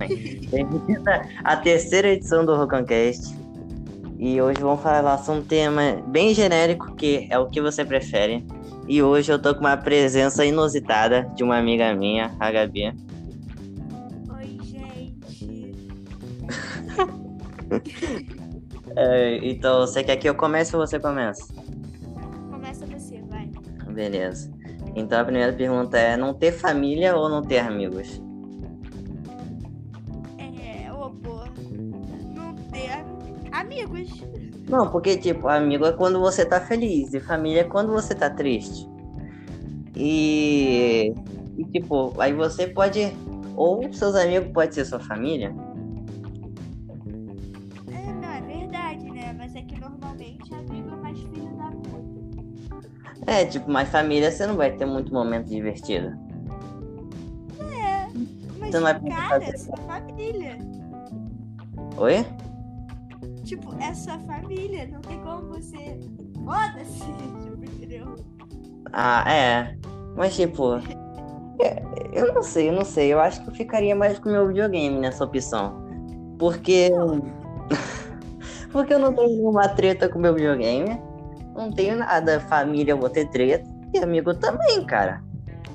Bem-vindo à terceira edição do Rocancast. E hoje vamos falar sobre um tema bem genérico, que é o que você prefere. E hoje eu tô com uma presença inusitada de uma amiga minha, a Gabi. Oi, gente. Então, você quer que eu comece ou você começa? Começa você, vai. Beleza. Então a primeira pergunta é: não ter família ou não ter amigos? Pô, não ter amigos. Não, porque, tipo, amigo é quando você tá feliz e família é quando você tá triste. E, tipo, aí você pode, ou seus amigos pode ser sua família. Não, é verdade, né? Mas é que normalmente amigo é mais filho da puta. Tipo, mas família você não vai ter muito momento divertido. Mas, Você não vai poder cara, é fazer. sua família. Oi? Tipo, é sua família. Não tem como você... Foda-se, tipo, entendeu? Ah, é. Mas, tipo, eu não sei. Eu acho que eu ficaria mais com o meu videogame nessa opção. Porque, Não, porque eu não tenho nenhuma treta com o meu videogame. Não tenho nada. Família eu vou ter treta. E amigo também, cara.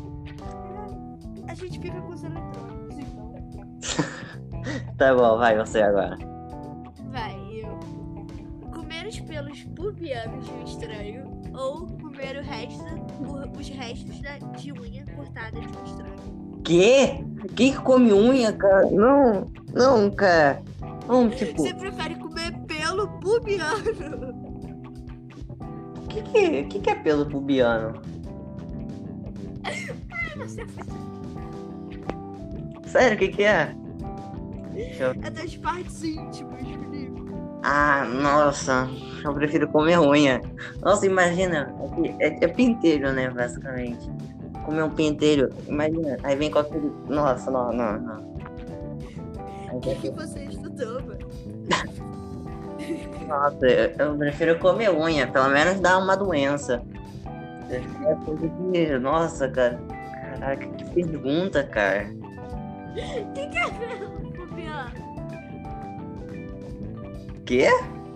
a gente fica com os eletrônicos, então. Tá bom, vai você agora. Vai, eu. Comer os pelos pubianos de um estranho ou comer os restos de unha cortada de um estranho. Quê? Quem que come unha, cara? Não, cara. Não, tipo, Você prefere comer pelo pubiano? o que é pelo pubiano? Você Sério, o que é? Deixa eu... é das partes íntimas, Felipe. Ah, nossa, eu prefiro comer unha. Nossa, imagina, é pentelho, né, basicamente. Comer um pentelho, imagina, aí vem com aquele... Nossa, não. O que você estudou, mano? Nossa, eu prefiro comer unha, pelo menos dá uma doença. É coisa que... Nossa, cara. Caraca, que pergunta, cara. O que é pelo pubiano? Quê?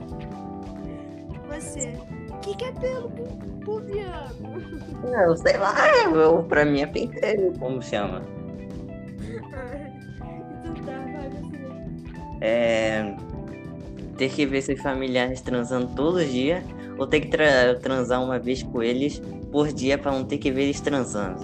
Você. O que é pelo pubiano? Eu sei lá, pra mim é pentelho, como chama. Então tá, vai você. Ter que ver seus familiares transando todo dia ou ter que transar uma vez com eles por dia pra não ter que ver eles transando.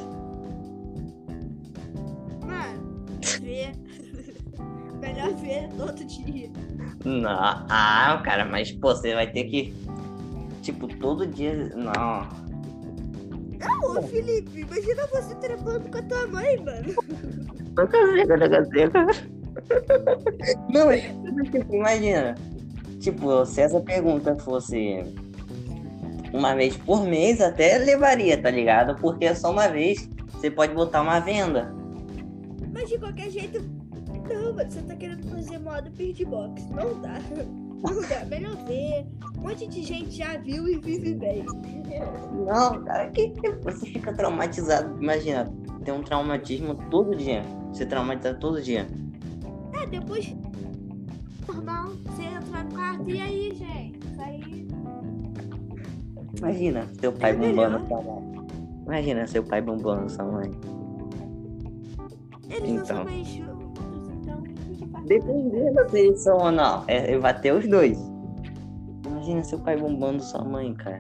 Mano, ver. Melhor ver todo dia. Não, cara, mas pô, você vai ter que, tipo, todo dia. Não. Ô, Felipe, imagina você trepando com a tua mãe, mano. Nunca seca. Não, mas, tipo, imagina. Tipo, se essa pergunta fosse uma vez por mês, até levaria, tá ligado? Porque é só uma vez, você pode botar uma venda. Mas de qualquer jeito, não, mano, você tá querendo fazer modo beatbox. Não dá. Não dá. Melhor ver. Um monte de gente já viu e vive bem. Não, cara, que você fica traumatizado. Imagina, ter um traumatismo todo dia. Você traumatizado todo dia. Depois normal, você entrar no quarto e aí, gente? Isso aí. Imagina seu pai bombando sua mãe. Imagina seu pai bombando sua mãe. Eles não são Então, mais juntos, então o que faz? dependendo se eles são ou não. Vai ter os dois. Imagina seu pai bombando sua mãe, cara.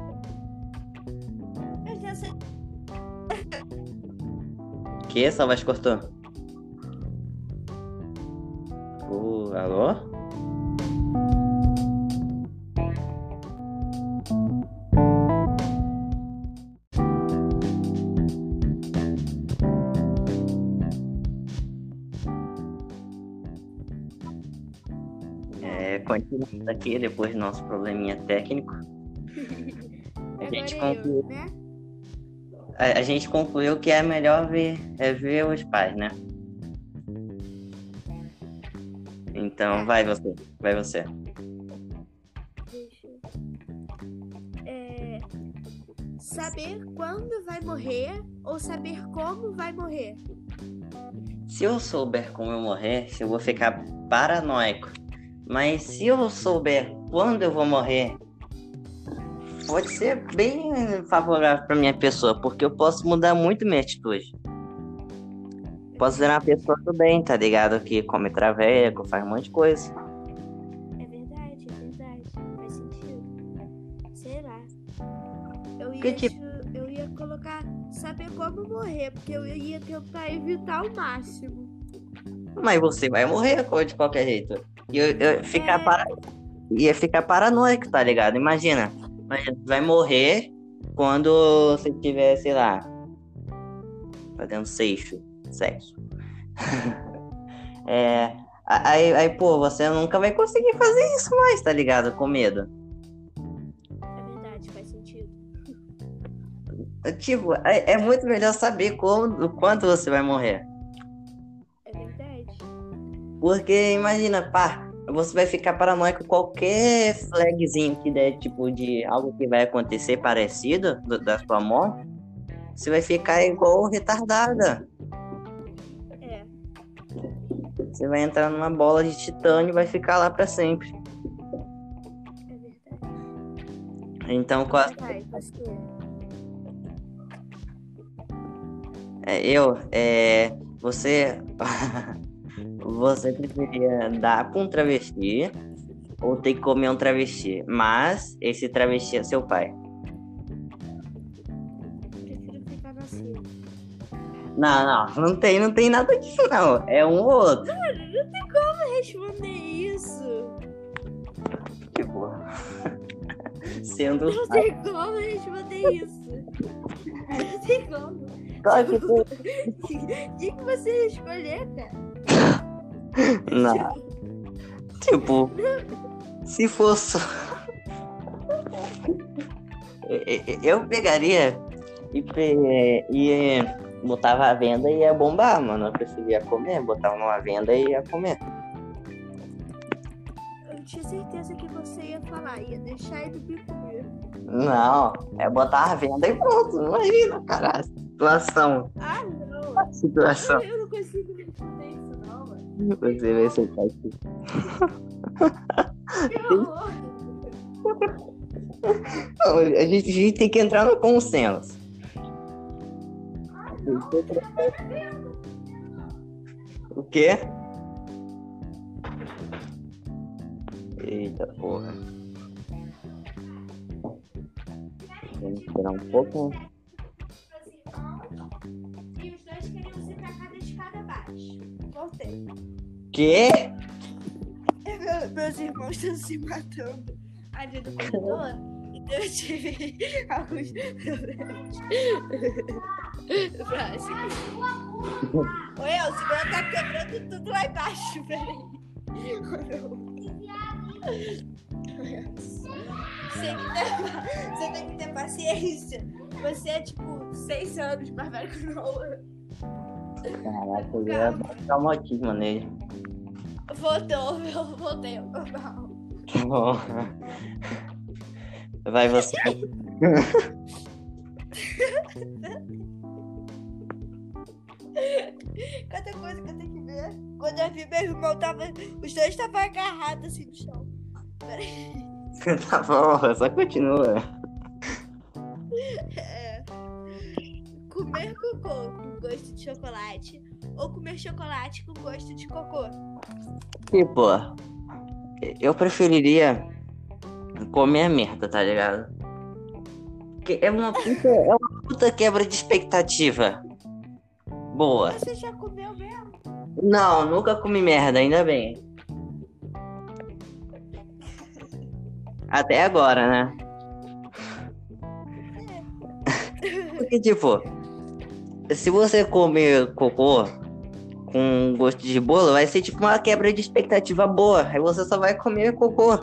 Eu já sei. Que? Sua voz cortou? Alô? Continuando aqui, depois do nosso probleminha técnico, a gente Agora concluiu, eu, né? a gente concluiu que é melhor ver os pais, né? Então, vai você. Deixa eu... Saber quando vai morrer ou saber como vai morrer? Se eu souber como eu morrer, eu vou ficar paranoico. Mas se eu souber quando eu vou morrer, pode ser bem favorável pra minha pessoa, porque eu posso mudar muito minha atitude. Posso ser uma pessoa do bem, tá ligado? Que come traveco, faz um monte de coisa. É verdade, é verdade. Faz sentido. Sei lá. Eu Que ia, tipo, eu ia colocar saber como morrer, porque eu ia tentar evitar o máximo. mas você vai morrer de qualquer jeito. E É, ia ficar paranoico, tá ligado? Imagina, vai morrer quando você tiver, sei lá, fazendo sexo. É, pô, você nunca vai conseguir fazer isso mais, tá ligado? Com medo. é verdade, faz sentido. Tipo, é muito melhor saber quando, quanto você vai morrer. É verdade. Porque imagina, pá, você vai ficar paranoico com qualquer flagzinho que der, tipo, de algo que vai acontecer parecido da sua morte. Você vai ficar igual retardada. É, Você vai entrar numa bola de titânio e vai ficar lá pra sempre. é verdade. Então, Mas vai, você. você, você preferia dar pra um travesti ou ter que comer um travesti? Mas esse travesti é seu pai. Prefiro ficar nascendo. Não tem nada disso não. É um ou outro. Mano, não tem como responder isso. Tipo, sendo Não tem como responder isso. Não tem como. claro que O que você escolher, cara? não. Tipo, se fosse eu pegaria e botava a venda e ia bombar, mano. Eu preferia comer, botava numa venda e ia comer. Eu tinha certeza que você ia falar, ia deixar ele me comer. Não, é botar a venda e pronto. Imagina, cara, a situação. Ah, não. A situação. Eu não consigo responder isso, não, mano. Você vai aceitar isso. Que horror. Não, a gente tem que entrar no consenso. Ah, não. Você já tá vendo. O quê? Eita porra. Vamos esperar um pouco. E os dois queriam se tacar da escada abaixo. Voltei. Quê? Meus irmãos estão se matando ali no corredor. Então eu tive alguns problemas. Próximo. Oi, o segundo tá quebrando tudo lá embaixo. Peraí. Você tem que ter paciência. Você é tipo 6 anos mais velho que o Noah. Caraca, eu ia dar traumatismo nele. Voltei ao normal. Vai você. Cada coisa que eu tenho que ver. Quando eu vi meu irmão, os dois estavam agarrados assim no chão. Peraí. Tá bom, só continua. Comer cocô com gosto de chocolate ou comer chocolate com gosto de cocô? Tipo, eu preferiria comer merda, tá ligado? Porque é uma puta quebra de expectativa. Boa. Você já comeu mesmo? Não, nunca comi merda, ainda bem. Até agora, né? Porque, tipo, se você comer cocô com gosto de bolo, vai ser tipo uma quebra de expectativa boa. Aí você só vai comer cocô.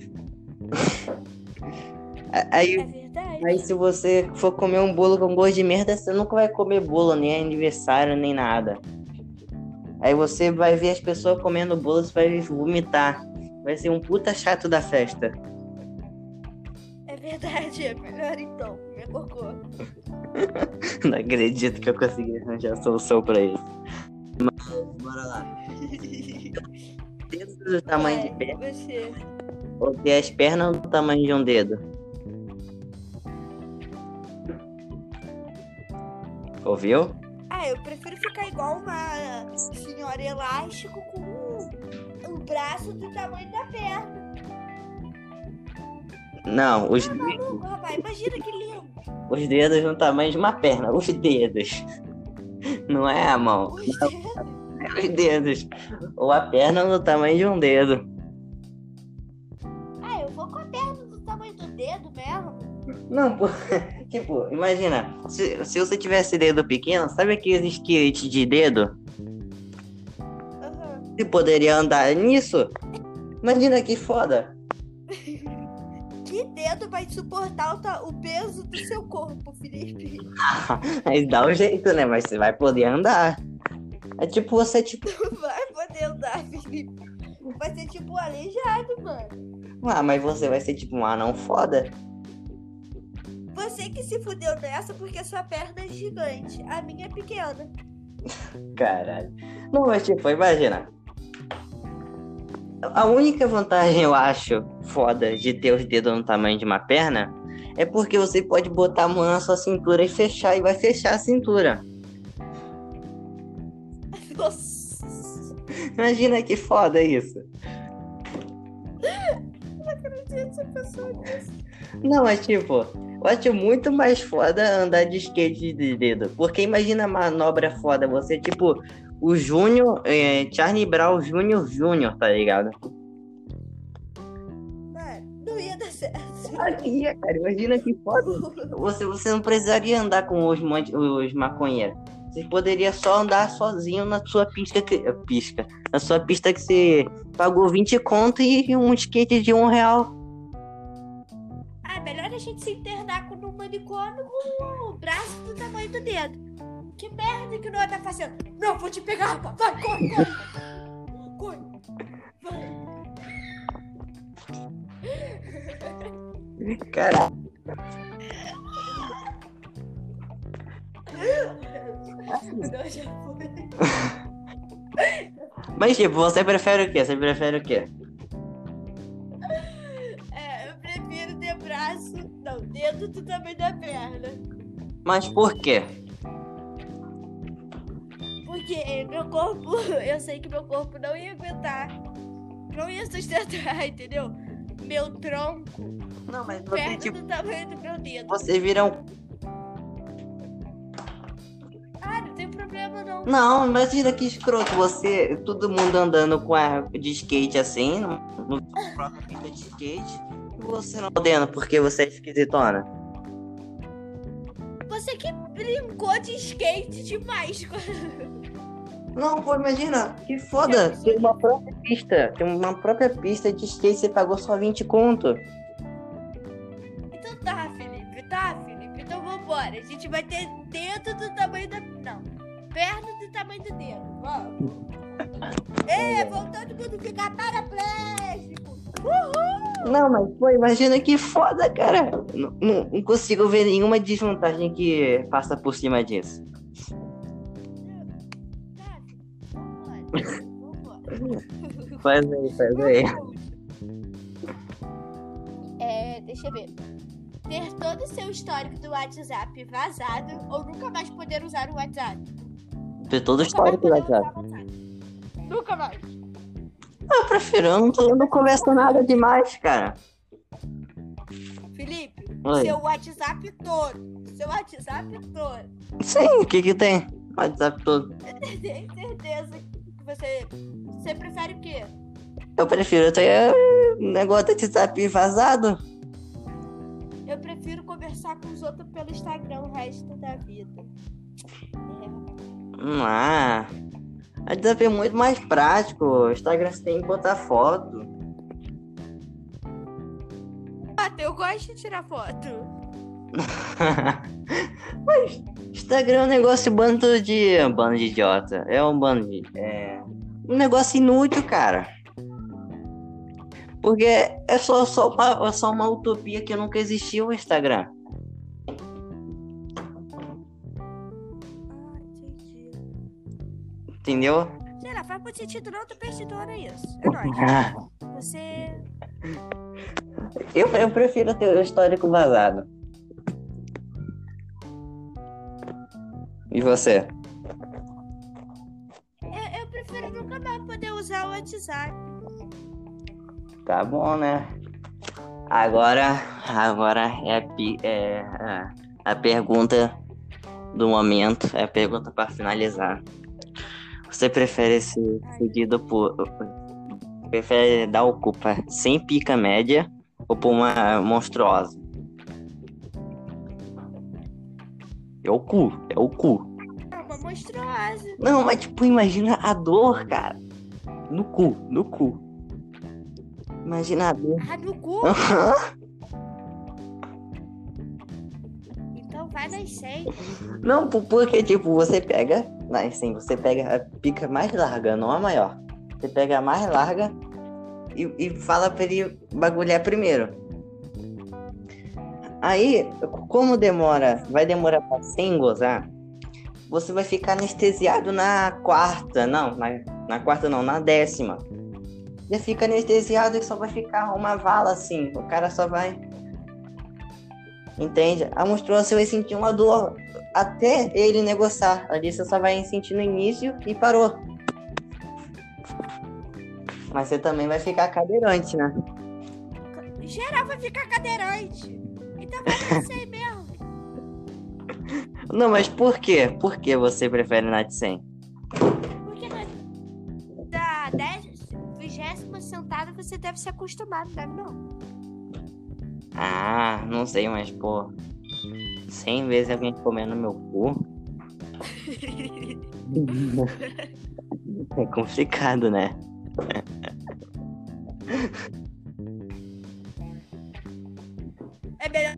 Aí, É verdade. aí se você for comer um bolo com gosto de merda, você nunca vai comer bolo, nem aniversário, nem nada. Aí você vai ver as pessoas comendo bolo, você vai vomitar. Vai ser um puta chato da festa. É verdade, é melhor então comer cocô. Não acredito que eu consegui arranjar a solução pra isso. Bora lá. Dedos do tamanho de pé. Você. Ou ter as pernas do tamanho de um dedo? Ouviu? Eu prefiro ficar igual uma senhora elástico com o braço do tamanho da perna. Não, os Maluco, rapaz, imagina que lindo. dedos no tamanho de uma perna. Os dedos. Não é a mão. Os dedos. É os dedos. Ou a perna no tamanho de um dedo. Eu vou com a perna do tamanho do dedo mesmo. Não, pô. Tipo, imagina. Se você tivesse dedo pequeno, sabe aqueles skate de dedo? Uhum. Você poderia andar nisso? Imagina que foda. Que dedo vai suportar o peso do seu corpo, Felipe? Mas dá um jeito, né? Mas você vai poder andar. É tipo você, tipo... Não vai poder andar, Felipe. Vai ser tipo aleijado, mano. mas você vai ser tipo um anão foda. Você que se fudeu nessa porque sua perna é gigante. A minha é pequena. Caralho. Não, mas tipo, imagina. A única vantagem, eu acho, foda de ter os dedos no tamanho de uma perna é porque você pode botar a mão na sua cintura e fechar, e vai fechar a cintura. Nossa. Imagina que foda isso. Não acredito essa pessoa disso. Não, mas tipo, eu acho muito mais foda andar de skate de dedo. Porque imagina a manobra foda, você tipo o Júnior, Charlie Brown Júnior, tá ligado? Mano, não ia dar certo. Ia, cara, imagina que foda. Você não precisaria andar com os maconheiros. Você poderia só andar sozinho na sua na sua pista que você pagou 20 conto e um skate de R$1. Melhor a gente se internar no manicômio com o braço do tamanho do dedo. Que merda que não tá fazendo? Não, vou te pegar, rapaz. Vai, corre. Corre. Vai. Caralho. Não, já foi. Mas tipo, você prefere o quê? Eu prefiro ter braço, não, dedo do tamanho da perna. Mas por quê? Porque meu corpo, eu sei que meu corpo não ia aguentar, não ia sustentar, entendeu? Meu tronco, Não, mas perto tipo, do tamanho do meu dedo. você vira um... Não tem problema não. Não, imagina que escroto, todo mundo andando de skate assim, no próprio pista de skate, e você não podendo porque você é esquisitona. Você que brincou de skate demais. Não, pô, imagina, que foda, tem uma própria pista de skate, você pagou só 20 conto. Então tá, Felipe, então vambora. A gente vai ter dedo do tamanho da... Não, perna do tamanho do dedo, vamos. Vamos todo mundo ficar paraplégico. Uhul! Não, mas pô, imagina que foda, cara. Não consigo ver nenhuma desvantagem que passa por cima disso. Tá, vambora. Faz aí. Deixa eu ver. Ter todo o seu histórico do WhatsApp vazado ou nunca mais poder usar o WhatsApp? Ter todo o histórico do WhatsApp. Nunca mais. Eu prefiro, eu não converso nada demais, cara. Felipe, Oi. seu WhatsApp todo. Sim, o que tem? WhatsApp todo. Tem certeza que você prefere o quê? Eu prefiro ter negócio de WhatsApp vazado. Eu prefiro conversar com os outros pelo Instagram o resto da vida. WhatsApp é muito mais prático. O Instagram você tem que botar foto. Eu gosto de tirar foto. Mas Instagram é um negócio bando de idiota. É um bando de... um negócio inútil, cara. Porque é só uma utopia que nunca existiu o Instagram. Entendi. Entendeu? Sei lá, faz muito sentido não, tu persitona isso. É nóis. Ah, Você... eu prefiro ter o histórico vazado. E você? Eu prefiro nunca mais poder usar o WhatsApp. Tá bom, né? Agora é a pergunta do momento, é a pergunta para finalizar. Você prefere ser seguido por... Prefere dar o cu pra 100 pica média ou por uma monstruosa? É o cu. É uma monstruosa. Não, mas tipo, imagina a dor, cara. No cu. Imagina a dor. Ah, no cu? Então vai nas 100. Não, porque tipo, você pega a pica mais larga, não a maior. Você pega a mais larga e fala pra ele bagulhar primeiro. Aí, como vai demorar pra 100 gozar, você vai ficar anestesiado na quarta. Não, na quarta não, na 10ª. Você fica anestesiado e só vai ficar uma vala assim. O cara só vai... Entende? A monstruosa você vai sentir uma dor até ele negociar. Ali você só vai sentir no início e parou. Mas você também vai ficar cadeirante, né? Geral vai ficar cadeirante. Então vai nascer mesmo. Não, mas por quê? Por que você prefere na de 100? Porque da 20ª sentada você deve se acostumar, não deve não? Ah, não sei, mas pô... 100 vezes alguém comendo meu cu? É complicado, né? É melhor.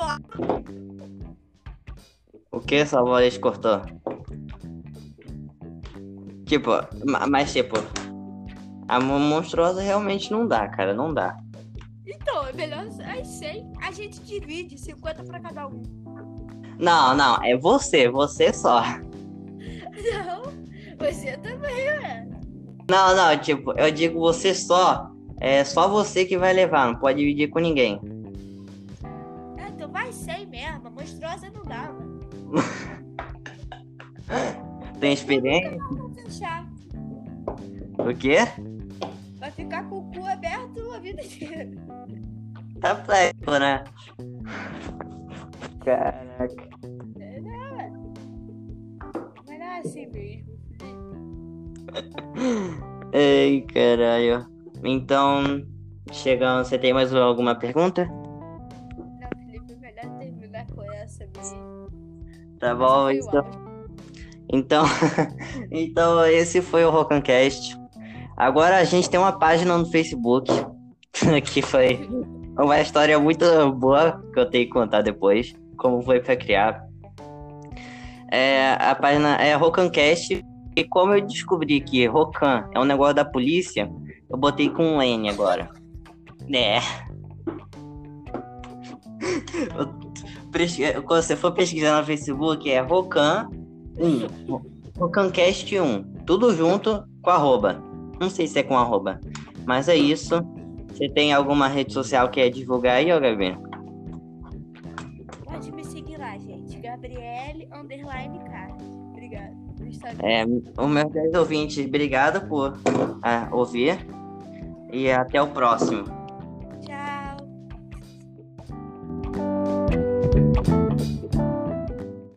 O que sua voz cortou? Tipo, mas tipo... A monstruosa realmente não dá, cara, não dá. Então, é melhor as 100. A gente divide 50 pra cada um. Não, é você só. Não, você também, ué. Não, tipo, eu digo você só. É só você que vai levar, não pode dividir com ninguém. Então vai 100 mesmo. A monstruosa não dá, mano. Tem experiência? Vou fechar. O quê? Vai ficar com o cu aberto a vida inteira. Tá fleco, né? Caraca. Não, ué. Mas não é assim mesmo. Ei, caralho. Então, chegando, você tem mais alguma pergunta? Não, Felipe, melhor terminar com essa mesmo. Tá bom, Esse foi o então, então esse foi o Rocancast. Agora a gente tem uma página no Facebook, que foi uma história muito boa que eu tenho que contar depois, como foi pra criar. A página é Rocancast, e como eu descobri que Rocan é um negócio da polícia, eu botei com um N agora. Quando você for pesquisar no Facebook, é Rocan 1. Rocancast 1. Tudo junto com arroba. Não sei se é com arroba. Mas é isso. Você tem alguma rede social que quer divulgar aí, ó, Gabi? Pode me seguir lá, gente. Gabriele_Card. Obrigada. No Instagram. Os meus 10 ouvintes, obrigado por ouvir. E até o próximo.